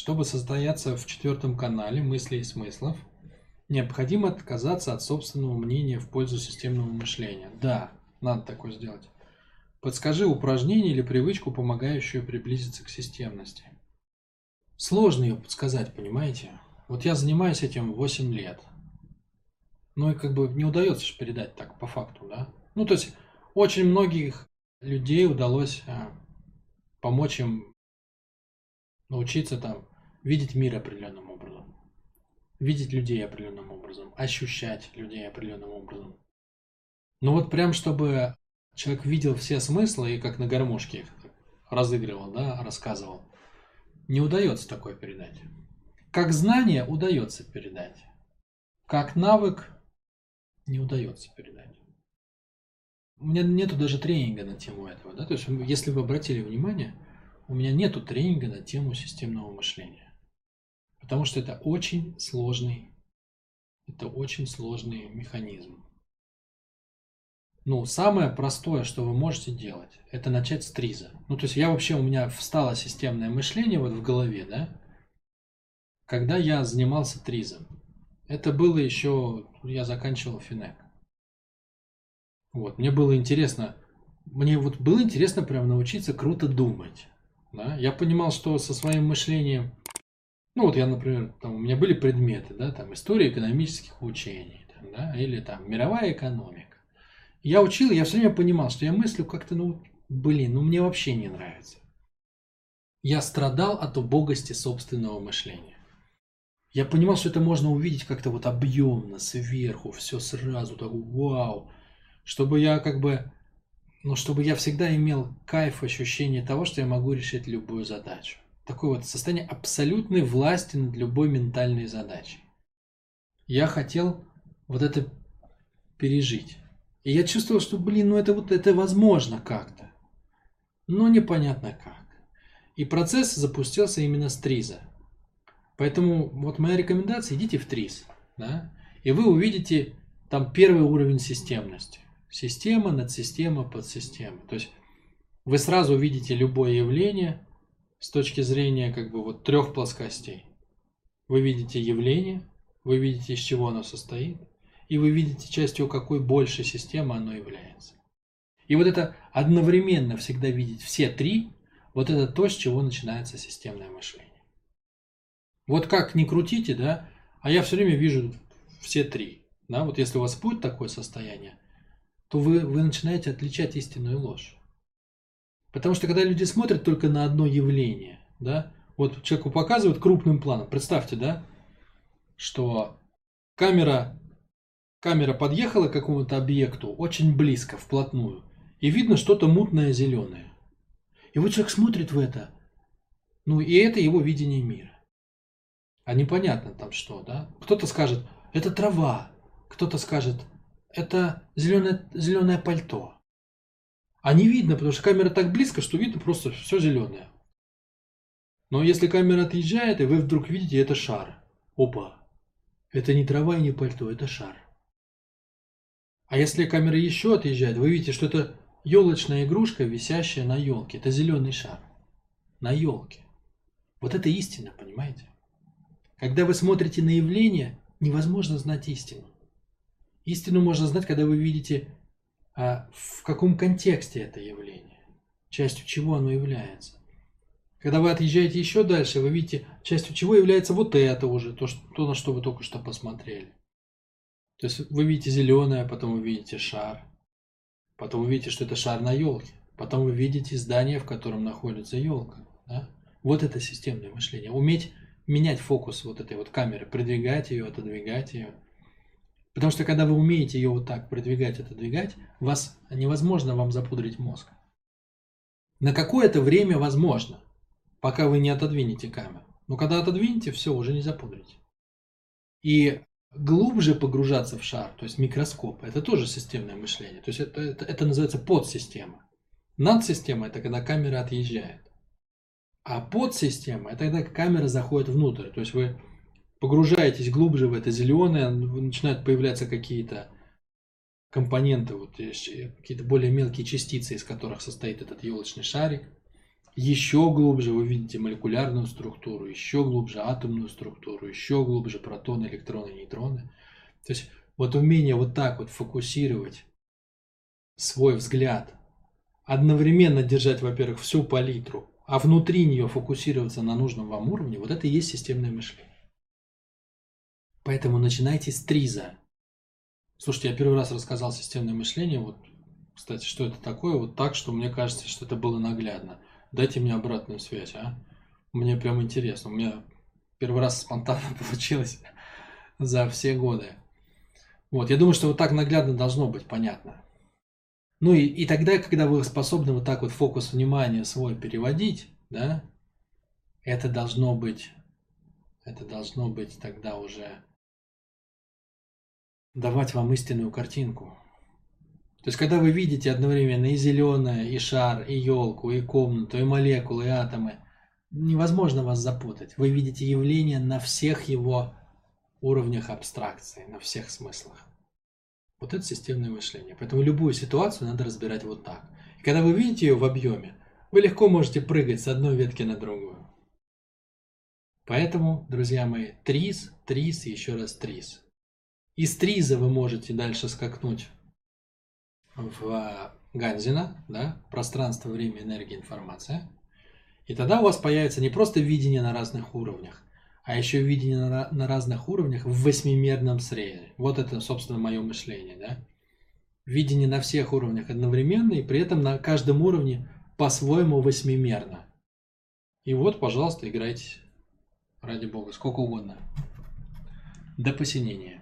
Чтобы состояться в четвертом канале мыслей и смыслов, необходимо отказаться от собственного мнения в пользу системного мышления. Да, надо такое сделать. Подскажи упражнение или привычку, помогающую приблизиться к системности. Сложно ее подсказать, понимаете? Вот я занимаюсь этим 8 лет. Ну и как бы не удается же передать так по факту, да? Ну то есть очень многих людей удалось помочь им научиться там видеть мир определенным образом, видеть людей определенным образом, ощущать людей определенным образом. Но вот прям чтобы человек видел все смыслы и как на гармошке их разыгрывал, да, рассказывал, не удается такое передать. Как знание удается передать, как навык не удается передать. У меня нету даже тренинга на тему этого, да, то есть если вы обратили внимание, у меня нету тренинга на тему системного мышления, потому что это очень сложный механизм. Ну, самое простое, что вы можете делать, это начать с триза. Ну, то есть у меня встало системное мышление вот в голове, да, когда я занимался тризом. Это было еще, я заканчивал Финек. Вот, мне было интересно прям научиться круто думать. Да? Я понимал, что со своим мышлением, ну вот я, например, там, у меня были предметы, да, там история экономических учений, там, да, или там мировая экономика. Я учил, я все время понимал, что я мыслю как-то, мне вообще не нравится. Я страдал от убогости собственного мышления. Я понимал, что это можно увидеть как-то вот объемно, сверху, все сразу, так вау. Чтобы я чтобы я всегда имел кайф, ощущение того, что я могу решить любую задачу. Такое вот состояние абсолютной власти над любой ментальной задачей. Я хотел вот это пережить. И я чувствовал, что, это возможно как-то. Но непонятно как. И процесс запустился именно с триза. Поэтому вот моя рекомендация, идите в триз. Да? И вы увидите там первый уровень системности. Система, надсистема, подсистема. То есть вы сразу видите любое явление с точки зрения трех плоскостей. Вы видите явление, вы видите, из чего оно состоит, и вы видите, частью какой большей системы оно является. И вот это одновременно всегда видеть все три, вот это то, с чего начинается системное мышление. Вот как ни крутите, да, а я все время вижу все три. Да, вот если у вас будет такое состояние, то вы начинаете отличать истинную и ложь. Потому что когда люди смотрят только на одно явление, да, вот человеку показывают крупным планом, представьте, да, что камера подъехала к какому-то объекту очень близко, вплотную, и видно что-то мутное зеленое. И вот человек смотрит в это, и это его видение мира. А непонятно там что, да? Кто-то скажет, это трава, кто-то скажет, это зеленое пальто. А не видно, потому что камера так близко, что видно просто все зеленое. Но если камера отъезжает, и вы вдруг видите, это шар. Опа! Это не трава и не пальто, это шар. А если камера еще отъезжает, вы видите, что это елочная игрушка, висящая на елке. Это зеленый шар. На елке. Вот это истина, понимаете? Когда вы смотрите на явление, невозможно знать истину. Истину можно знать, когда вы видите, в каком контексте это явление, частью чего оно является. Когда вы отъезжаете еще дальше, вы видите, частью чего является вот это уже, то, на что вы только что посмотрели. То есть вы видите зеленое, потом вы видите шар, потом вы видите, что это шар на елке, потом вы видите здание, в котором находится елка. Да? Вот это системное мышление. Уметь менять фокус вот этой вот камеры, продвигать ее, отодвигать ее. Потому что когда вы умеете ее вот так продвигать, отодвигать, невозможно вам запудрить мозг. На какое-то время возможно, пока вы не отодвинете камеру. Но когда отодвинете, все, уже не запудрите. И глубже погружаться в шар, то есть микроскоп, это тоже системное мышление. То есть это называется подсистема. Надсистема – это когда камера отъезжает. А подсистема – это когда камера заходит внутрь. То есть вы погружаетесь глубже в это зеленое, начинают появляться какие-то компоненты, какие-то более мелкие частицы, из которых состоит этот елочный шарик. Еще глубже вы видите молекулярную структуру, еще глубже атомную структуру, еще глубже протоны, электроны, нейтроны. То есть вот умение вот так вот фокусировать свой взгляд, одновременно держать, во-первых, всю палитру, а внутри нее фокусироваться на нужном вам уровне, вот это и есть системное мышление. Поэтому начинайте с ТРИЗа. Слушайте, я первый раз рассказал системное мышление, вот, кстати, что это такое, вот так, что мне кажется, что это было наглядно. Дайте мне обратную связь, а? Мне прям интересно. У меня первый раз спонтанно получилось за все годы. Вот, я думаю, что вот так наглядно должно быть понятно. Ну и тогда, когда вы способны вот так вот фокус внимания свой переводить, да, это должно быть тогда уже давать вам истинную картинку. То есть, когда вы видите одновременно и зеленое, и шар, и елку, и комнату, и молекулы, и атомы, невозможно вас запутать. Вы видите явление на всех его уровнях абстракции, на всех смыслах. Вот это системное мышление. Поэтому любую ситуацию надо разбирать вот так. И когда вы видите ее в объеме, вы легко можете прыгать с одной ветки на другую. Поэтому, друзья мои, ТРИЗ, ТРИЗ и еще раз ТРИЗ. Из ТРИЗа вы можете дальше скакнуть в Ганзина, да, пространство, время, энергия, информация. И тогда у вас появится не просто видение на разных уровнях, а еще видение на разных уровнях в восьмимерном срезе. Вот это, собственно, мое мышление, да. Видение на всех уровнях одновременно, и при этом на каждом уровне по-своему восьмимерно. И вот, пожалуйста, играйте, ради бога, сколько угодно. До посинения.